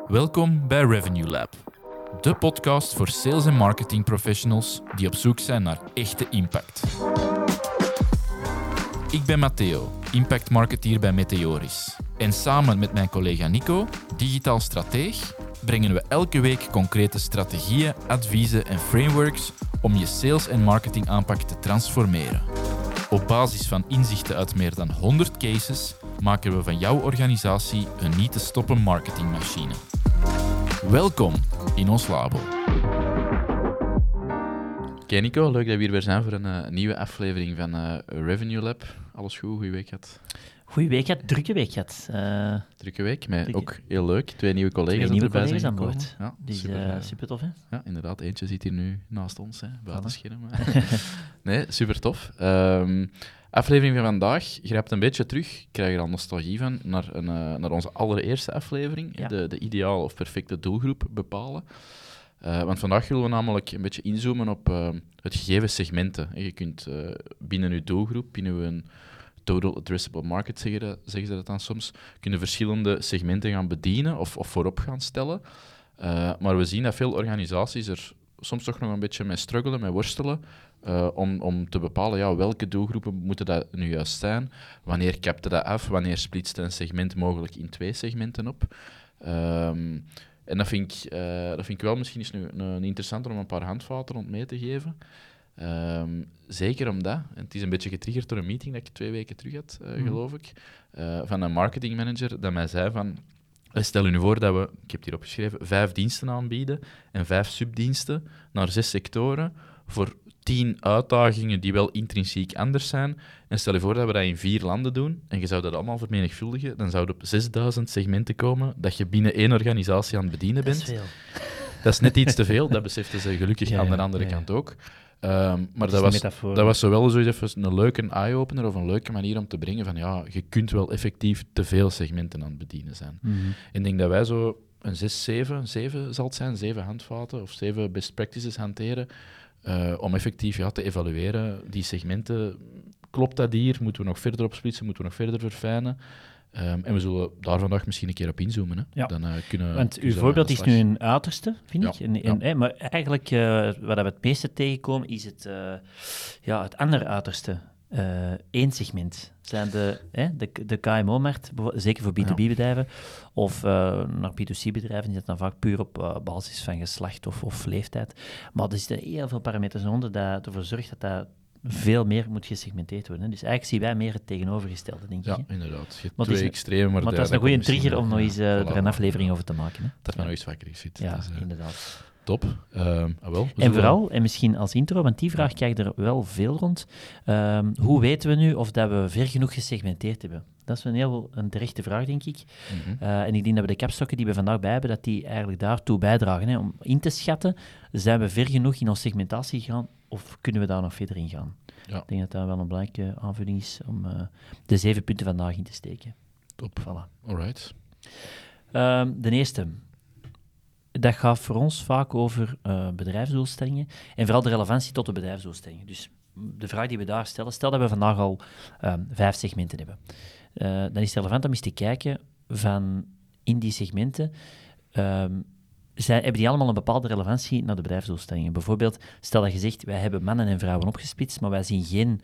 Welkom bij Revenue Lab, de podcast voor sales- en marketing professionals die op zoek zijn naar echte impact. Ik ben Matteo, impact marketeer bij Meteoris. En samen met mijn collega Nico, digitaal strateeg, brengen we elke week concrete strategieën, adviezen en frameworks om je sales- en marketingaanpak te transformeren. Op basis van inzichten uit meer dan 100 cases maken we van jouw organisatie een niet te stoppen marketingmachine. Welkom in ons labo. Oké, Nico, leuk dat we hier weer zijn voor een nieuwe aflevering van Revenue Lab. Alles goed? Goeie week gehad? Goeie week gehad, drukke week gehad. Drukke week, maar ook heel leuk. Twee nieuwe collega's aan boord. Ja, dus super tof, hè? Ja, inderdaad. Eentje zit hier nu naast ons, hè, buiten scherm. Nee, super tof. Aflevering van vandaag grijpt een beetje terug, ik krijg er al nostalgie van, naar onze allereerste aflevering, Ja. de ideale of perfecte doelgroep bepalen. Want vandaag willen we namelijk een beetje inzoomen op het gegeven segmenten. Je kunt binnen je doelgroep, binnen een total addressable market, zeggen ze dat dan soms, kunnen verschillende segmenten gaan bedienen of voorop gaan stellen. Maar we zien dat veel organisaties er soms toch nog een beetje mee struggelen, mee worstelen, om te bepalen welke doelgroepen moeten dat nu juist zijn, wanneer kapt dat af, wanneer splitst een segment mogelijk in 2 segmenten op. En dat vind ik wel misschien eens een interessanter om een paar handvaten rond mee te geven. Zeker omdat, en het is een beetje getriggerd door een meeting dat ik 2 weken terug had, geloof ik, van een marketingmanager, dat mij zei van, stel je nu voor dat we, ik heb het hier opgeschreven, 5 diensten aanbieden en 5 subdiensten naar 6 sectoren voor 10 uitdagingen die wel intrinsiek anders zijn. En stel je voor dat we dat in 4 landen doen en je zou dat allemaal vermenigvuldigen, dan zou je op 6000 segmenten komen dat je binnen 1 organisatie aan het bedienen bent. Dat is veel. Dat is net iets te veel, dat beseften ze gelukkig aan de andere kant ook. Maar dat was zowel zoiets even een leuke eye-opener of een leuke manier om te brengen van je kunt wel effectief te veel segmenten aan het bedienen zijn. Mm-hmm. Ik denk dat wij zo een 7 zal het zijn, 7 handvaten of 7 best practices hanteren om effectief te evalueren die segmenten. Klopt dat hier? Moeten we nog verder opsplitsen? Moeten we nog verder verfijnen? En we zullen daar vandaag misschien een keer op inzoomen. Hè? Ja. Dan, Want uw voorbeeld is nu een uiterste, vind ik. Ja. Maar eigenlijk, wat we het meeste tegenkomen, is het andere uiterste. 1 segment. Zijn de KMO-markt, zeker voor B2B-bedrijven, of naar B2C-bedrijven, die dat dan vaak puur op basis van geslacht of leeftijd. Maar er zitten heel veel parameters onder dat ervoor zorgt dat veel meer moet gesegmenteerd worden. Hè. Dus eigenlijk zien wij meer het tegenovergestelde, denk ik. Ja, inderdaad. Je hebt Maar 2 extremen. Maar dat is een goede trigger om nog eens er een aflevering over te maken. Hè. Dat men nog eens vaker zit. Ja, dus, inderdaad. Top. En vooral, en misschien als intro, want die vraag krijg ik er wel veel rond. Hoe weten we nu of dat we ver genoeg gesegmenteerd hebben? Dat is een terechte vraag, denk ik. Mm-hmm. En ik denk dat we de capstokken die we vandaag bij hebben, dat die eigenlijk daartoe bijdragen. Hè, om in te schatten, zijn we ver genoeg in onze segmentatie gegaan of kunnen we daar nog verder in gaan? Ja. Ik denk dat dat wel een belangrijke aanvulling is om de 7 punten vandaag in te steken. Top. Voilà. Alright. De eerste. Dat gaat voor ons vaak over bedrijfsdoelstellingen en vooral de relevantie tot de bedrijfsdoelstellingen. Dus de vraag die we daar stellen, stel dat we vandaag al 5 segmenten hebben. Dan is het relevant om eens te kijken van in die segmenten, hebben die allemaal een bepaalde relevantie naar de bedrijfsdoelstellingen. Bijvoorbeeld, stel dat je zegt, wij hebben mannen en vrouwen opgesplitst, maar wij zien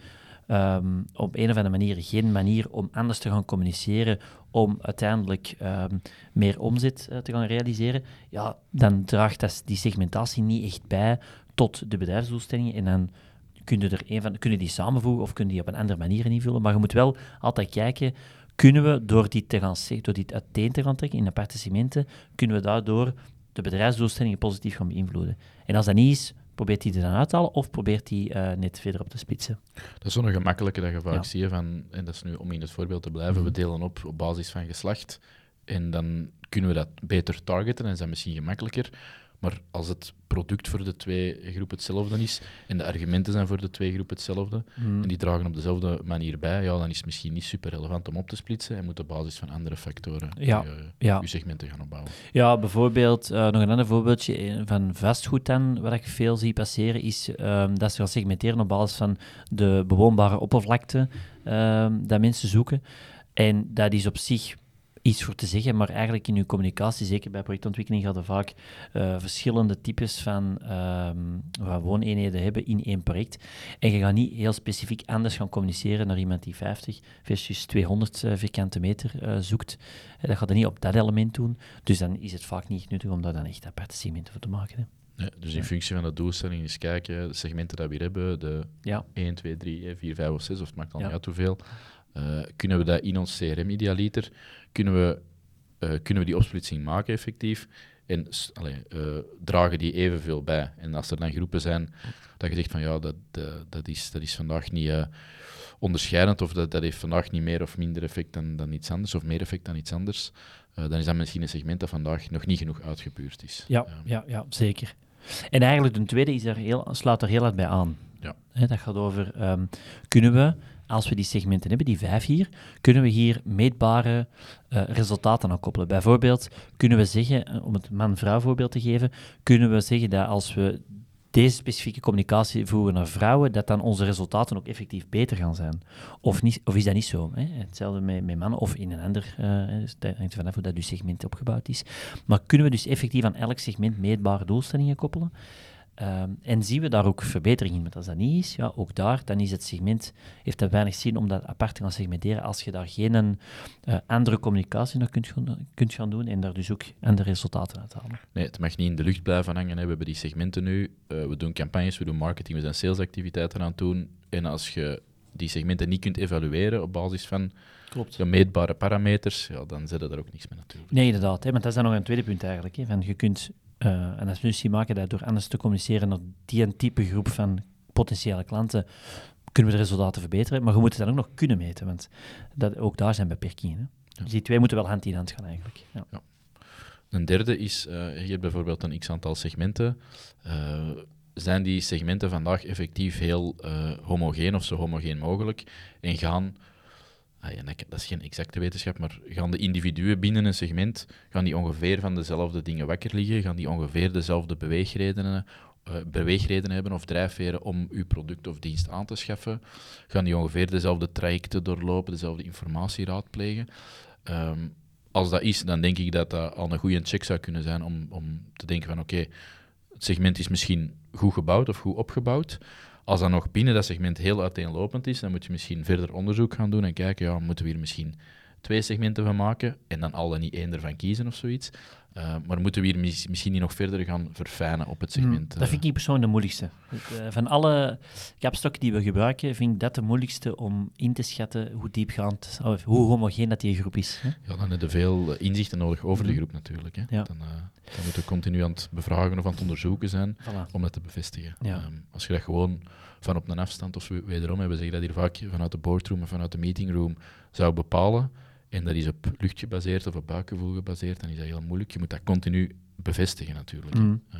op een of andere manier geen manier om anders te gaan communiceren, om uiteindelijk meer omzet te gaan realiseren, dan draagt die segmentatie niet echt bij tot de bedrijfsdoelstellingen en dan kunnen die samenvoegen of kunnen die op een andere manier invullen. Maar je moet wel altijd kijken, kunnen we door dit uiteen te gaan trekken in aparte segmenten, kunnen we daardoor de bedrijfsdoelstellingen positief gaan beïnvloeden. En als dat niet is, probeert hij er dan uit te halen of probeert hij net verder op te splitsen? Dat is zo'n gemakkelijke dat je vaak ziet van, en dat is nu om in het voorbeeld te blijven, we delen op basis van geslacht en dan kunnen we dat beter targeten en is dat misschien gemakkelijker. Maar als het product voor de 2 groepen hetzelfde is en de argumenten zijn voor de 2 groepen hetzelfde en die dragen op dezelfde manier bij, dan is het misschien niet super relevant om op te splitsen en moet op basis van andere factoren je segmenten gaan opbouwen. Ja, bijvoorbeeld, nog een ander voorbeeldje van vastgoed dan, wat ik veel zie passeren, is dat ze gaan segmenteren op basis van de bewoonbare oppervlakte dat mensen zoeken. En dat is op zich iets voor te zeggen, maar eigenlijk in je communicatie, zeker bij projectontwikkeling, gaat er vaak verschillende types van wooneenheden hebben in één project. En je gaat niet heel specifiek anders gaan communiceren naar iemand die 50 versus 200 vierkante meter zoekt. Dat gaat er niet op dat element doen. Dus dan is het vaak niet nuttig om daar dan echt aparte segmenten voor te maken. Hè. Ja, dus in functie van de doelstelling eens kijken, de segmenten die we hier hebben, de 1, 2, 3, 4, 5 of 6, of het maakt al niet uit hoeveel, kunnen we dat in ons CRM idealiter, kunnen we die opsplitsing maken effectief en dragen die evenveel bij. En als er dan groepen zijn dat je zegt van ja, dat is vandaag niet onderscheidend of dat heeft vandaag niet meer of minder effect dan iets anders of meer effect dan iets anders, dan is dat misschien een segment dat vandaag nog niet genoeg uitgebuurd is. Ja, zeker. En eigenlijk de tweede slaat er heel hard bij aan. Ja. Dat gaat over, kunnen we, als we die segmenten hebben, die 5 hier, kunnen we hier meetbare resultaten aan koppelen. Bijvoorbeeld kunnen we zeggen, om het man-vrouw voorbeeld te geven, kunnen we zeggen dat als we deze specifieke communicatie voeren naar vrouwen, dat dan onze resultaten ook effectief beter gaan zijn. Of is dat niet zo? Hè? Hetzelfde met mannen of in een ander, dus dat hangt vanaf hoe dat uw segment opgebouwd is. Maar kunnen we dus effectief aan elk segment meetbare doelstellingen koppelen? En zien we daar ook verbetering in? Want als dat niet is, ja, ook daar, dan is het segment, heeft dat weinig zin om dat apart te gaan segmenteren als je daar geen andere communicatie naar kunt gaan doen en daar dus ook andere resultaten uit halen. Nee, het mag niet in de lucht blijven hangen. Hè. We hebben die segmenten nu, we doen campagnes, we doen marketing, we zijn salesactiviteiten aan het doen. En als je die segmenten niet kunt evalueren op basis van de meetbare parameters, ja, dan zet je daar ook niks mee natuurlijk. Nee, inderdaad. Hè, want dat is dan nog een tweede punt eigenlijk. Hè, van je kunt een assumptie maken dat door anders te communiceren naar die type groep van potentiële klanten kunnen we de resultaten verbeteren, maar je moet het dan ook nog kunnen meten, want ook daar zijn beperkingen. Hè. Ja. Dus die twee moeten wel hand in hand gaan eigenlijk. Ja. Ja. Een derde is, je hebt bijvoorbeeld een x-aantal segmenten. Zijn die segmenten vandaag effectief heel homogeen of zo homogeen mogelijk en gaan... dat is geen exacte wetenschap, maar gaan de individuen binnen een segment gaan die ongeveer van dezelfde dingen wakker liggen? Gaan die ongeveer dezelfde beweegredenen hebben of drijfveren om uw product of dienst aan te schaffen? Gaan die ongeveer dezelfde trajecten doorlopen, dezelfde informatie raadplegen? Als dat is, dan denk ik dat dat al een goede check zou kunnen zijn om te denken van oké, het segment is misschien goed gebouwd of goed opgebouwd. Als dat nog binnen dat segment heel uiteenlopend is, dan moet je misschien verder onderzoek gaan doen en kijken, ja, moeten we hier misschien 2 segmenten van maken en dan al dan niet 1 ervan kiezen of zoiets. Maar moeten we hier misschien niet nog verder gaan verfijnen op het segment? Dat vind ik persoonlijk de moeilijkste. Van alle kapstokken die we gebruiken, vind ik dat de moeilijkste om in te schatten hoe diepgaand, of hoe homogeen dat die groep is. Hè? Ja, dan heb je veel inzichten nodig over de groep natuurlijk. Hè. Ja. Dan moeten we continu aan het bevragen of aan het onderzoeken zijn om dat te bevestigen. Ja. Als je dat gewoon van op een afstand, of wederom, we zeggen dat hier vaak vanuit de boardroom of vanuit de meetingroom zou bepalen, en dat is op lucht gebaseerd of op buikgevoel gebaseerd, dan is dat heel moeilijk. Je moet dat continu bevestigen natuurlijk.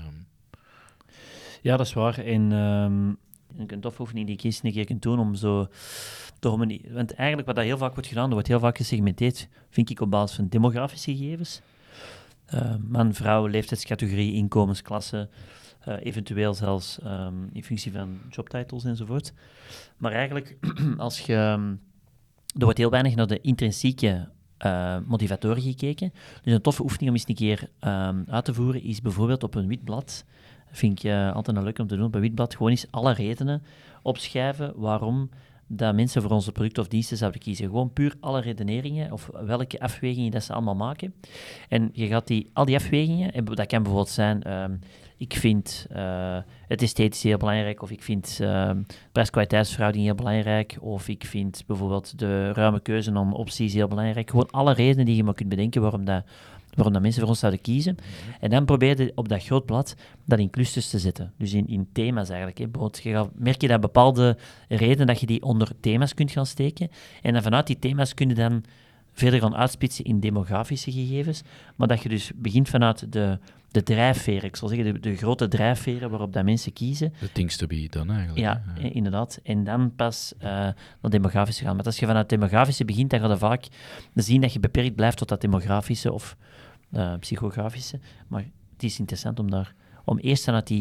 Ja, dat is waar. En een toffe oefening die ik eens een keer kan doen om zo... Want eigenlijk wat dat heel vaak wordt gedaan, er wordt heel vaak gesegmenteerd, vind ik, op basis van demografische gegevens. Man, vrouw, leeftijdscategorie, inkomensklasse, eventueel zelfs in functie van jobtitles enzovoort. Maar eigenlijk, als je... Er wordt heel weinig naar de intrinsieke motivatoren gekeken. Dus een toffe oefening om eens een keer uit te voeren is bijvoorbeeld op een wit blad. Dat vind ik altijd een leuk om te doen. Op een wit blad gewoon eens alle redenen opschrijven waarom dat mensen voor onze producten of diensten zouden kiezen. Gewoon puur alle redeneringen of welke afwegingen dat ze allemaal maken. En je gaat al die afwegingen, dat kan bijvoorbeeld zijn... ik vind het esthetisch heel belangrijk, of ik vind prijs-kwaliteitsverhouding heel belangrijk, of ik vind bijvoorbeeld de ruime keuze aan opties heel belangrijk. Gewoon alle redenen die je maar kunt bedenken waarom dat mensen voor ons zouden kiezen. En dan probeer je op dat groot blad dat in clusters te zetten. Dus in thema's eigenlijk. Hè. Merk je dat bepaalde redenen dat je die onder thema's kunt gaan steken. En dan vanuit die thema's kun je dan verder gaan uitspitsen in demografische gegevens. Maar dat je dus begint vanuit de drijfveren, ik zal zeggen, de grote drijfveren waarop dat mensen kiezen. The things to be done eigenlijk. Ja, inderdaad. En dan pas naar demografische gaan. Maar als je vanuit demografische begint, dan ga je vaak zien dat je beperkt blijft tot dat demografische of psychografische. Maar het is interessant om eerst vanuit die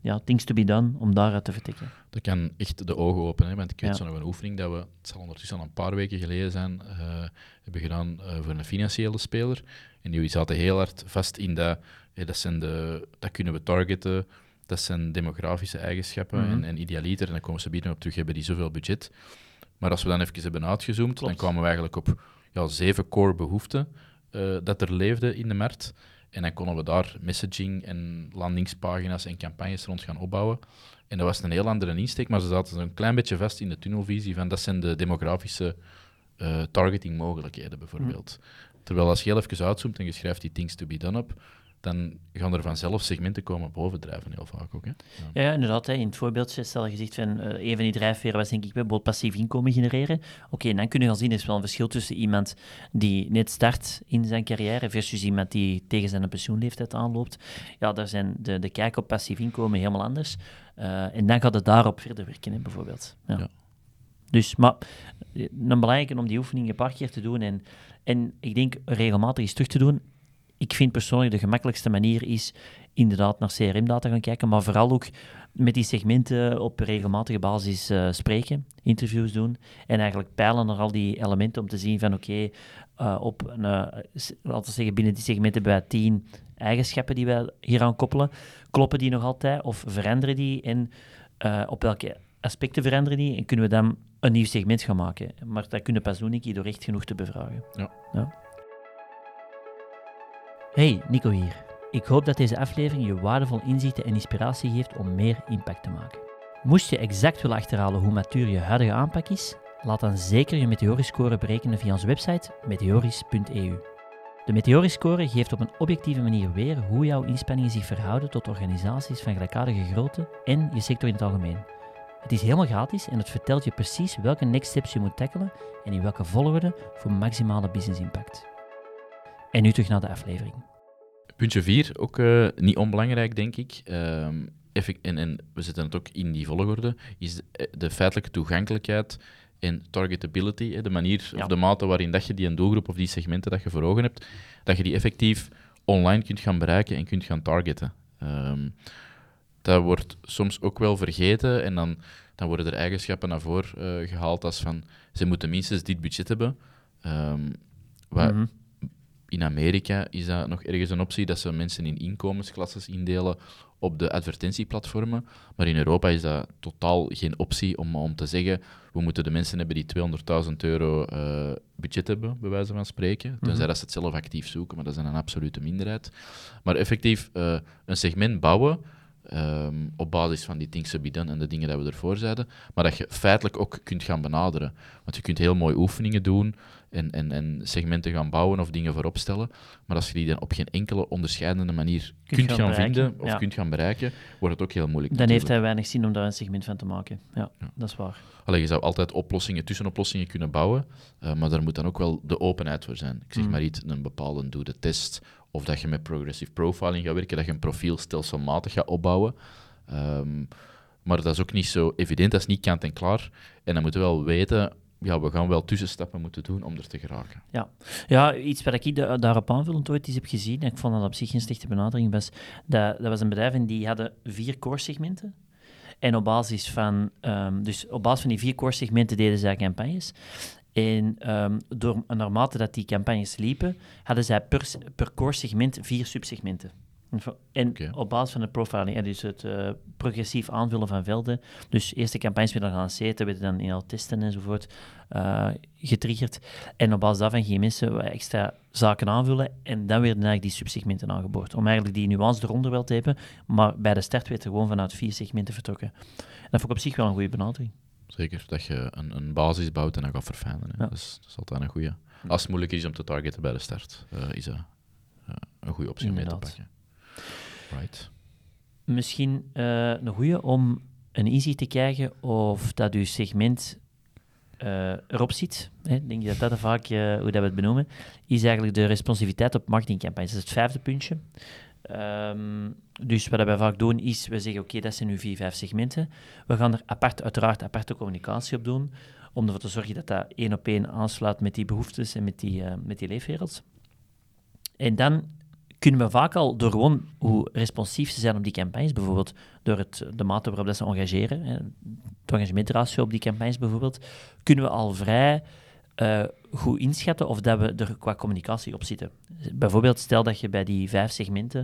things to be done, om daaruit te vertrekken. Dat kan echt de ogen openen, hè? Want ik weet Ja. zo nog een oefening dat we, het zal ondertussen al een paar weken geleden zijn, hebben gedaan voor een financiële speler. En die zaten heel hard vast in dat, dat kunnen we targeten, dat zijn demografische eigenschappen en idealiter, en dan komen ze binnen op terug, hebben die zoveel budget. Maar als we dan even hebben uitgezoomd, dan kwamen we eigenlijk op 7 core behoeften dat er leefden in de markt. En dan konden we daar messaging en landingspagina's en campagnes rond gaan opbouwen. En dat was een heel andere insteek, maar ze zaten een klein beetje vast in de tunnelvisie van dat zijn de demografische targetingmogelijkheden bijvoorbeeld. Terwijl als je heel even uitzoomt en je schrijft die things to be done op, dan gaan er vanzelf segmenten komen bovendrijven, heel vaak ook. Hè? Ja, inderdaad. Hè. In het voorbeeldje, stel je zegt van een van die drijfveren was denk ik bijvoorbeeld passief inkomen genereren. Oké, dan kun je gaan zien, er is wel een verschil tussen iemand die net start in zijn carrière versus iemand die tegen zijn pensioenleeftijd aanloopt. Ja, daar zijn de kijk op passief inkomen helemaal anders. En dan gaat het daarop verder werken, hè, bijvoorbeeld. Ja. Dus, maar een belangrijke om die oefening een paar keer te doen en ik denk regelmatig eens terug te doen. Ik vind persoonlijk de gemakkelijkste manier is inderdaad naar CRM-data gaan kijken, maar vooral ook met die segmenten op regelmatige basis spreken, interviews doen en eigenlijk peilen naar al die elementen om te zien van laten we zeggen, binnen die segmenten bij 10 eigenschappen die wij hier aan koppelen, kloppen die nog altijd of veranderen die en op welke aspecten veranderen die en kunnen we dan een nieuw segment gaan maken. Maar dat kunnen we pas doen, door echt genoeg te bevragen. Ja. Hey, Nico hier. Ik hoop dat deze aflevering je waardevol inzichten en inspiratie geeft om meer impact te maken. Moest je exact willen achterhalen hoe matuur je huidige aanpak is, laat dan zeker je Meteoris-score berekenen via onze website meteoris.eu. De Meteoris-score geeft op een objectieve manier weer hoe jouw inspanningen zich verhouden tot organisaties van gelijkaardige grootte en je sector in het algemeen. Het is helemaal gratis en het vertelt je precies welke next steps je moet tackelen en in welke volgorde voor maximale business impact. En nu terug naar de aflevering. Puntje 4, ook niet onbelangrijk, denk ik. En we zetten het ook in die volgorde, is de feitelijke toegankelijkheid en targetability, de manier of de mate waarin dat je die een doelgroep of die segmenten dat je voor ogen hebt, dat je die effectief online kunt gaan bereiken en kunt gaan targeten. Dat wordt soms ook wel vergeten en dan worden er eigenschappen naar voren gehaald als van, ze moeten minstens dit budget hebben. In Amerika is dat nog ergens een optie, dat ze mensen in inkomensklasses indelen op de advertentieplatformen. Maar in Europa is dat totaal geen optie om te zeggen, we moeten de mensen hebben die €200.000 budget hebben, bij wijze van spreken. Tenzij dat ze het zelf actief zoeken, maar dat is een absolute minderheid. Maar effectief een segment bouwen, op basis van die things to be done en de dingen dat we ervoor zeiden, maar dat je feitelijk ook kunt gaan benaderen. Want je kunt heel mooi oefeningen doen en segmenten gaan bouwen of dingen voorop stellen, maar als je die dan op geen enkele onderscheidende manier kunt gaan vinden of kunt gaan bereiken, wordt het ook heel moeilijk. Dan heeft hij weinig zin om daar een segment van te maken. Ja. Dat is waar. Je zou altijd tussenoplossingen kunnen bouwen, maar daar moet dan ook wel de openheid voor zijn. Ik zeg maar iets, een bepaalde doe-de-test, of dat je met progressive profiling gaat werken, dat je een profiel stelselmatig gaat opbouwen. Maar dat is ook niet zo evident, dat is niet kant en klaar. En dan moeten we wel weten, we gaan wel tussenstappen moeten doen om er te geraken. Ja, iets wat ik daarop aanvullend ooit eens heb gezien, en ik vond dat op zich geen slechte benadering was, dat was een bedrijf en die hadden 4 core segmenten. En op basis van die 4 core segmenten deden zij campagnes. En naarmate dat die campagnes liepen, hadden zij per core segment 4 subsegmenten. En op basis van het profiling, dus het progressief aanvullen van velden, dus eerst de campagnes weer gaan zetten, werden dan in al testen enzovoort getriggerd. En op basis daarvan gingen mensen extra zaken aanvullen en dan werden eigenlijk die subsegmenten aangeboord. Om eigenlijk die nuance eronder wel te hebben, maar bij de start werd er gewoon vanuit 4 segmenten vertrokken. En dat vond ik op zich wel een goede benadering. Zeker, dat je een basis bouwt en dan gaat verfijnen. Hè. Dat is altijd een goede. Als het moeilijker is om te targeten bij de start, is dat een goede optie om mee te pakken. Right. Misschien een goede om een inzicht te krijgen of dat uw segment erop zit. Ik denk dat vaak, hoe dat we het benoemen, is eigenlijk de responsiviteit op marketingcampagnes. Dat is het 5e puntje. Dus wat wij vaak doen is, we zeggen oké, dat zijn nu 4, 5 segmenten. We gaan er uiteraard aparte communicatie op doen, om ervoor te zorgen dat dat 1 op 1 aansluit met die behoeftes en met die leefwereld. En dan kunnen we vaak al, door gewoon hoe responsief ze zijn op die campagnes, bijvoorbeeld door de mate waarop dat ze engageren, hè, het engagementratio op die campagnes bijvoorbeeld, kunnen we al vrij goed inschatten of dat we er qua communicatie op zitten. Bijvoorbeeld, stel dat je bij die 5 segmenten,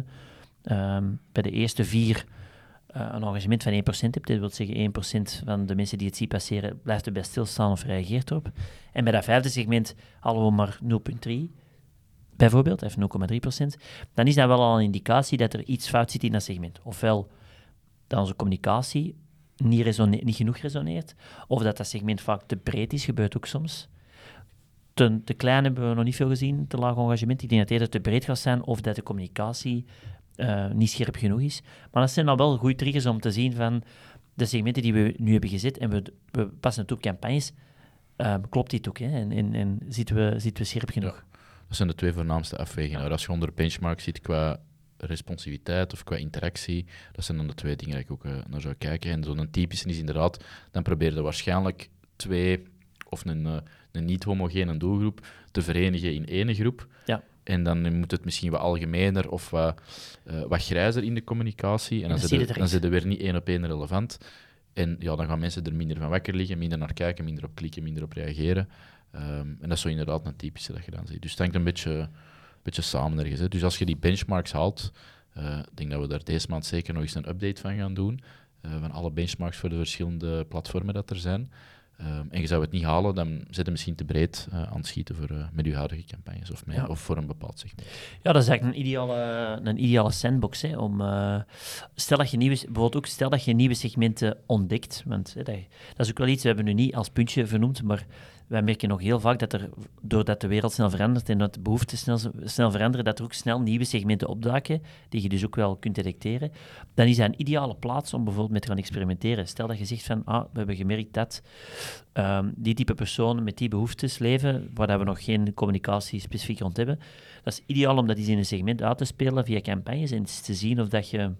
bij de eerste 4 een engagement van 1% hebt. Dat wil zeggen 1% van de mensen die het zien passeren blijft erbij stilstaan of reageert erop. En bij dat 5e segment halen we maar 0,3 bijvoorbeeld, of 0,3%. Dan is dat wel al een indicatie dat er iets fout zit in dat segment. Ofwel dat onze communicatie niet genoeg resoneert, of dat dat segment vaak te breed is, gebeurt ook soms. Te klein hebben we nog niet veel gezien, te laag engagement. Ik denk dat eerder te breed gaat zijn, of dat de communicatie niet scherp genoeg is. Maar dat zijn dan wel goede triggers om te zien van de segmenten die we nu hebben gezet en we passen het op campagnes. Klopt dit ook? Hè? En zitten we scherp genoeg? Ja, dat zijn de 2 voornaamste afwegingen. Ja. Als je onder de benchmark zit qua responsiviteit of qua interactie, dat zijn dan de 2 dingen waar ik ook naar zou kijken. En zo'n typische is inderdaad, dan probeer je waarschijnlijk 2 of een niet-homogene doelgroep te verenigen in één groep. Ja. En dan moet het misschien wat algemener of wat grijzer in de communicatie. En dan zit er weer niet 1-op-1 relevant. En ja, dan gaan mensen er minder van wakker liggen, minder naar kijken, minder op klikken, minder op reageren. En dat is zo inderdaad een typische dat je dan ziet. Dus het hangt een beetje samen ergens. Hè. Dus als je die benchmarks haalt, ik denk dat we daar deze maand zeker nog eens een update van gaan doen. Van alle benchmarks voor de verschillende platformen dat er zijn. En je zou het niet halen, dan zit je misschien te breed aan het schieten met je huidige campagnes of voor een bepaald segment. Ja, dat is eigenlijk een ideale sandbox. Hè, stel dat je nieuwe segmenten ontdekt. Want dat is ook wel iets, we hebben nu niet als puntje vernoemd, maar wij merken nog heel vaak dat doordat de wereld snel verandert en dat de behoeften snel veranderen, dat er ook snel nieuwe segmenten opduiken, die je dus ook wel kunt detecteren. Dan is dat een ideale plaats om bijvoorbeeld met te gaan experimenteren. Stel dat je zegt van, we hebben gemerkt dat die type personen met die behoeftes leven, waar we nog geen communicatie specifiek rond hebben. Dat is ideaal om dat eens in een segment uit te spelen via campagnes en te zien of dat je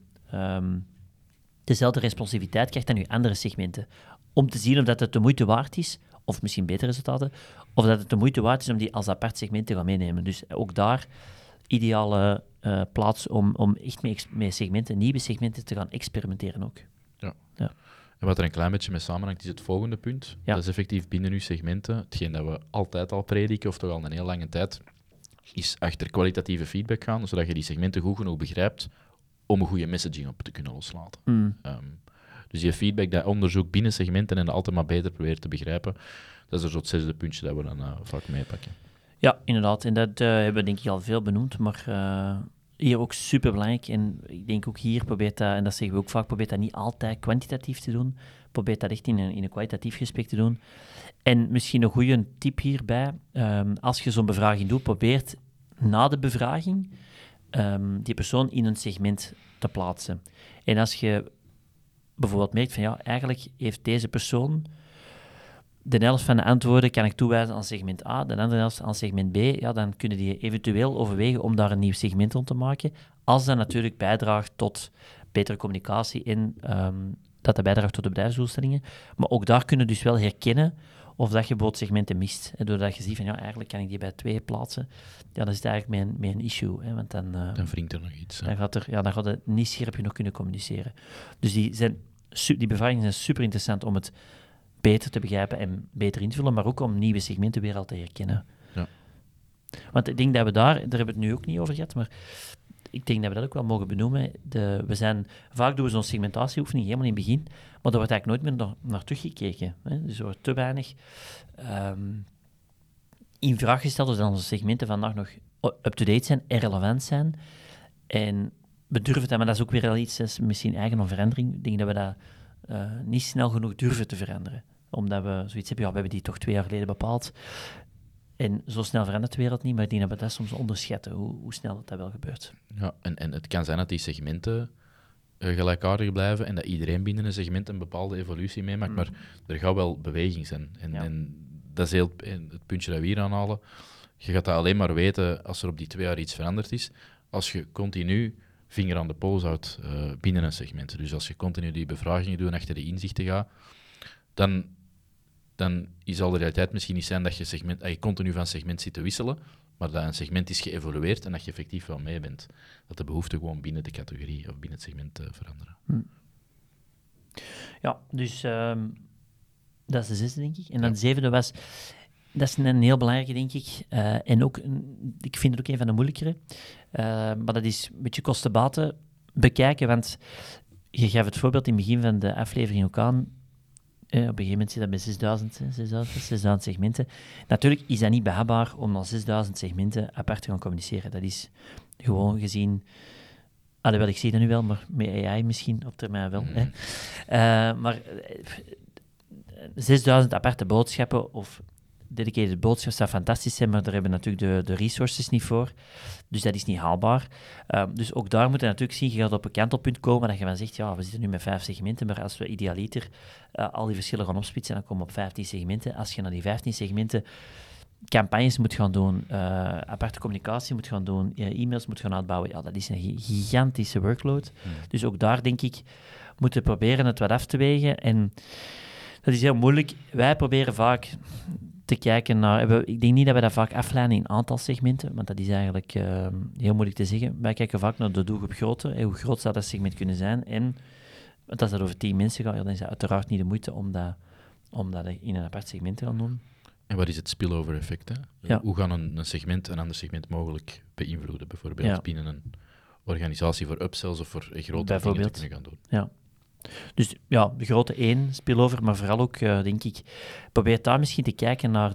dezelfde responsiviteit krijgt aan je andere segmenten. Om te zien of dat het de moeite waard is, of misschien betere resultaten, of dat het de moeite waard is om die als apart segment te gaan meenemen. Dus ook daar ideale plaats om echt met segmenten, nieuwe segmenten te gaan experimenteren ook. Ja. Ja. En wat er een klein beetje mee samenhangt, is het volgende punt. Ja. Dat is effectief binnen uw segmenten, hetgeen dat we altijd al prediken, of toch al een heel lange tijd, is achter kwalitatieve feedback gaan, zodat je die segmenten goed genoeg begrijpt om een goede messaging op te kunnen loslaten. Dus die feedback, dat onderzoek binnen segmenten en dat altijd maar beter proberen te begrijpen, dat is zo het 6e puntje dat we dan vaak meepakken. Ja, inderdaad. En dat hebben we denk ik al veel benoemd, maar hier ook superbelangrijk. En ik denk ook hier, probeert dat, en dat zeggen we ook vaak, probeert dat niet altijd kwantitatief te doen. Probeert dat echt in een kwalitatief gesprek te doen. En misschien een goede tip hierbij, als je zo'n bevraging doet, probeert na de bevraging die persoon in een segment te plaatsen. En als je bijvoorbeeld merkt van, ja, eigenlijk heeft deze persoon de helft van de antwoorden kan ik toewijzen aan segment A, de andere helft aan segment B, ja, dan kunnen die eventueel overwegen om daar een nieuw segment rond te maken, als dat natuurlijk bijdraagt tot betere communicatie en dat bijdraagt tot de bedrijfsdoelstellingen. Maar ook daar kunnen we dus wel herkennen of dat je bijvoorbeeld segmenten mist. Hè, doordat je ziet van, ja, eigenlijk kan ik die bij 2 plaatsen. Ja, dan is het eigenlijk mijn issue. Hè, want dan wringt er nog iets. Dan gaat het niet scherp genoeg kunnen communiceren. Dus die bevraagingen zijn super interessant om het beter te begrijpen en beter in te vullen, maar ook om nieuwe segmenten weer al te herkennen. Ja. Want ik denk dat daar hebben we het nu ook niet over gehad, maar ik denk dat we dat ook wel mogen benoemen. Vaak doen we zo'n segmentatieoefening helemaal in het begin, maar er wordt eigenlijk nooit meer naar teruggekeken. Hè? Dus er wordt te weinig in vraag gesteld of dat onze segmenten vandaag nog up-to-date zijn en relevant zijn. En we durven dat, maar dat is ook weer al iets, dat is misschien eigen een verandering. Ik denk dat we dat niet snel genoeg durven te veranderen. Omdat we zoiets hebben, ja, we hebben die toch 2 jaar geleden bepaald. En zo snel verandert de wereld niet, maar ik denk dat we dat soms onderschatten, hoe snel dat wel gebeurt. Ja, en het kan zijn dat die segmenten gelijkaardig blijven en dat iedereen binnen een segment een bepaalde evolutie meemaakt, maar er gaat wel beweging zijn. En dat is heel het puntje dat we hier aanhalen. Je gaat dat alleen maar weten als er op die 2 jaar iets veranderd is, als je continu vinger aan de pols houdt binnen een segment. Dus als je continu die bevragingen doet en achter de inzichten gaat, dan zal de realiteit misschien niet zijn dat je continu van segment zit te wisselen, maar dat een segment is geëvolueerd en dat je effectief wel mee bent. Dat de behoeften gewoon binnen de categorie of binnen het segment veranderen. Ja, dus dat is de 6e, denk ik. En dan de 7e was... Dat is een heel belangrijke, denk ik. En ook, ik vind het ook een van de moeilijkere. Maar dat is een beetje kosten-baten bekijken, want je gaf het voorbeeld in het begin van de aflevering ook aan. Op een gegeven moment zit dat bij 6000 segmenten. Natuurlijk is dat niet behapbaar om dan 6000 segmenten apart te gaan communiceren. Dat is gewoon gezien... Alhoewel, ik zie dat nu wel, maar met AI misschien op termijn wel. Hè. Maar 6000 aparte boodschappen of dedicated boodschappen zou fantastisch zijn, maar daar hebben we natuurlijk de resources niet voor. Dus dat is niet haalbaar. Dus ook daar moet je natuurlijk zien, je gaat op een kantelpunt komen dat je dan zegt, ja, we zitten nu met 5 segmenten, maar als we idealiter al die verschillen gaan opsplitsen, dan komen we op 15 segmenten. Als je naar die 15 segmenten campagnes moet gaan doen, aparte communicatie moet gaan doen, e-mails moet gaan uitbouwen, ja, dat is een gigantische workload. Dus ook daar, denk ik, moeten we proberen het wat af te wegen. En dat is heel moeilijk. Wij proberen vaak te kijken naar... Ik denk niet dat we dat vaak afleiden in aantal segmenten, want dat is eigenlijk heel moeilijk te zeggen. Wij kijken vaak naar de doelgroep grootte. Hoe groot zou dat segment kunnen zijn? En als dat over 10 mensen gaat, ja, dan is dat uiteraard niet de moeite om dat in een apart segment te gaan doen. En wat is het spillover effect? Hè? Ja. Hoe gaan een segment een ander segment mogelijk beïnvloeden? Bijvoorbeeld binnen een organisatie voor upsells of voor grote dingen te kunnen gaan doen. Ja. Dus ja, de grote 1 spillover, maar vooral ook, denk ik, probeer daar misschien te kijken naar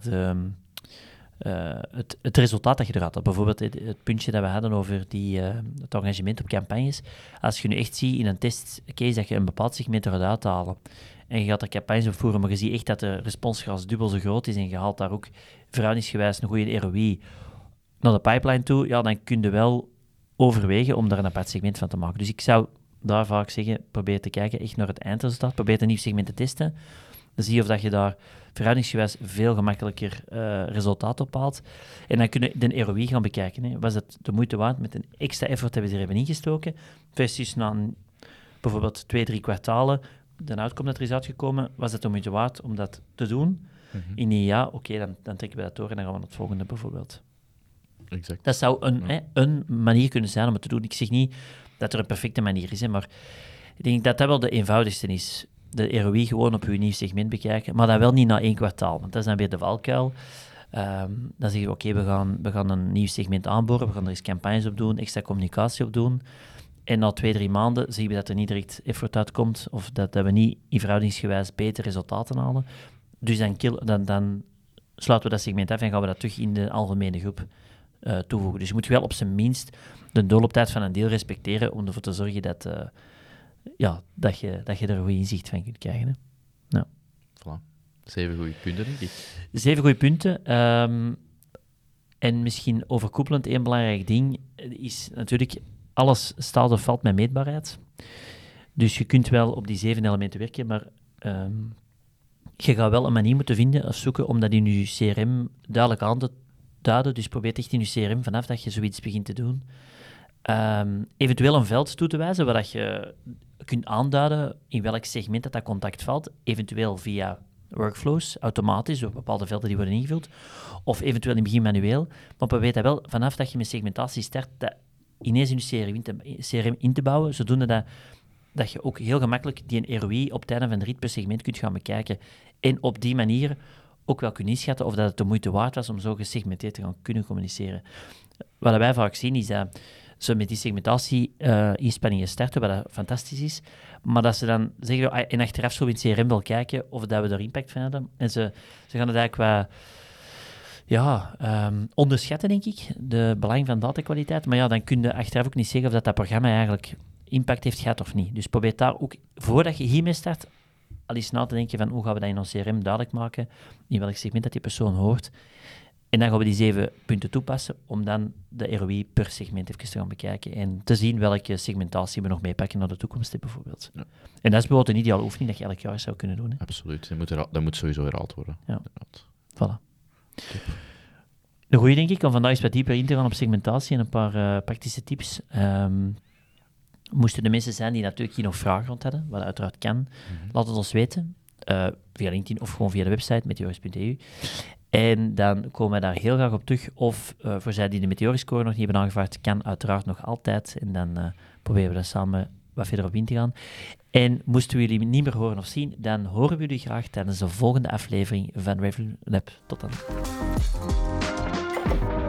het resultaat dat je eruit had. Bijvoorbeeld het puntje dat we hadden over het engagement op campagnes. Als je nu echt ziet in een testcase dat je een bepaald segment eruit uithalen en je gaat er campagnes op voeren, maar je ziet echt dat de responsgras dubbel zo groot is en je haalt daar ook verhoudingsgewijs een goede ROI naar de pipeline toe, ja, dan kun je wel overwegen om daar een apart segment van te maken. Dus ik zou daar vaak zeggen, probeer te kijken echt naar het eindresultaat. Probeer een nieuw segment te testen. Dan zie je of dat je daar verhoudingsgewijs veel gemakkelijker resultaat op haalt. En dan kun je de ROI gaan bekijken. Hè. Was het de moeite waard met een extra effort dat we er hebben ingestoken? Versus na bijvoorbeeld 2-3 kwartalen de outcome dat er is uitgekomen, was het de moeite waard om dat te doen? Indien ja, oké, dan trekken we dat door en dan gaan we naar het volgende bijvoorbeeld. Exact. Dat zou een manier kunnen zijn om het te doen. Ik zeg niet dat er een perfecte manier is, hè, maar ik denk dat dat wel de eenvoudigste is. De ROI gewoon op uw nieuw segment bekijken, maar dan wel niet na 1 kwartaal, want dat is dan weer de valkuil. Dan zeg je, oké, we gaan een nieuw segment aanboren, we gaan er eens campagnes op doen, extra communicatie op doen. En na 2-3 maanden zien we dat er niet direct effort uitkomt, of dat we niet in verhoudingsgewijs betere resultaten halen. Dus dan sluiten we dat segment af en gaan we dat terug in de algemene groep toevoegen. Dus je moet wel op zijn minst de doorlooptijd van een deel respecteren om ervoor te zorgen dat je er een goed inzicht van kunt krijgen. Hè. Ja. Voilà. 7 goede punten, denk ik. 7 goede punten. En misschien overkoepelend, één belangrijk ding is natuurlijk, alles staat of valt met meetbaarheid. Dus je kunt wel op die 7 elementen werken, maar je gaat wel een manier moeten vinden of zoeken om dat in je CRM duidelijk aan te duiden. Dus probeer echt in je CRM, vanaf dat je zoiets begint te doen, eventueel een veld toe te wijzen waar dat je kunt aanduiden in welk segment dat contact valt, eventueel via workflows, automatisch, of bepaalde velden die worden ingevuld, of eventueel in het begin manueel. Maar probeer dat wel, vanaf dat je met segmentatie start, dat ineens in je CRM in te bouwen, zodoende dat je ook heel gemakkelijk die ROI op het einde van de rit per segment kunt gaan bekijken. En op die manier ook wel kunt inschatten of dat het de moeite waard was om zo gesegmenteerd te gaan kunnen communiceren. Wat wij vaak zien is dat ze met die segmentatie inspanningen starten, wat dat fantastisch is, maar dat ze dan zeggen, en achteraf zo in het CRM wel kijken of dat we er impact van hadden. En ze gaan het eigenlijk onderschatten, denk ik, de belang van datakwaliteit. Maar ja, dan kun je achteraf ook niet zeggen of dat programma eigenlijk impact heeft gehad of niet. Dus probeer daar ook, voordat je hiermee start, al eens na te denken van hoe gaan we dat in ons CRM duidelijk maken, in welk segment dat die persoon hoort. En dan gaan we die 7 punten toepassen om dan de ROI per segment even te gaan bekijken en te zien welke segmentatie we nog meepakken naar de toekomst bijvoorbeeld. Ja. En dat is bijvoorbeeld een ideale oefening dat je elk jaar zou kunnen doen. Hè. Absoluut, dat moet sowieso herhaald worden. Ja. Voilà. Een goeie, denk ik, om vandaag eens wat dieper in te gaan op segmentatie en een paar praktische tips. Moesten de mensen zijn die natuurlijk hier nog vragen rond hadden, wat uiteraard kan, laat het ons weten. Via LinkedIn of gewoon via de website meteoris.eu. En dan komen we daar heel graag op terug. Of voor zij die de Meteoriscore nog niet hebben aangevraagd, kan uiteraard nog altijd. En dan proberen we daar samen wat verder op in te gaan. En moesten we jullie niet meer horen of zien, dan horen we jullie graag tijdens de volgende aflevering van Raven Lab. Tot dan.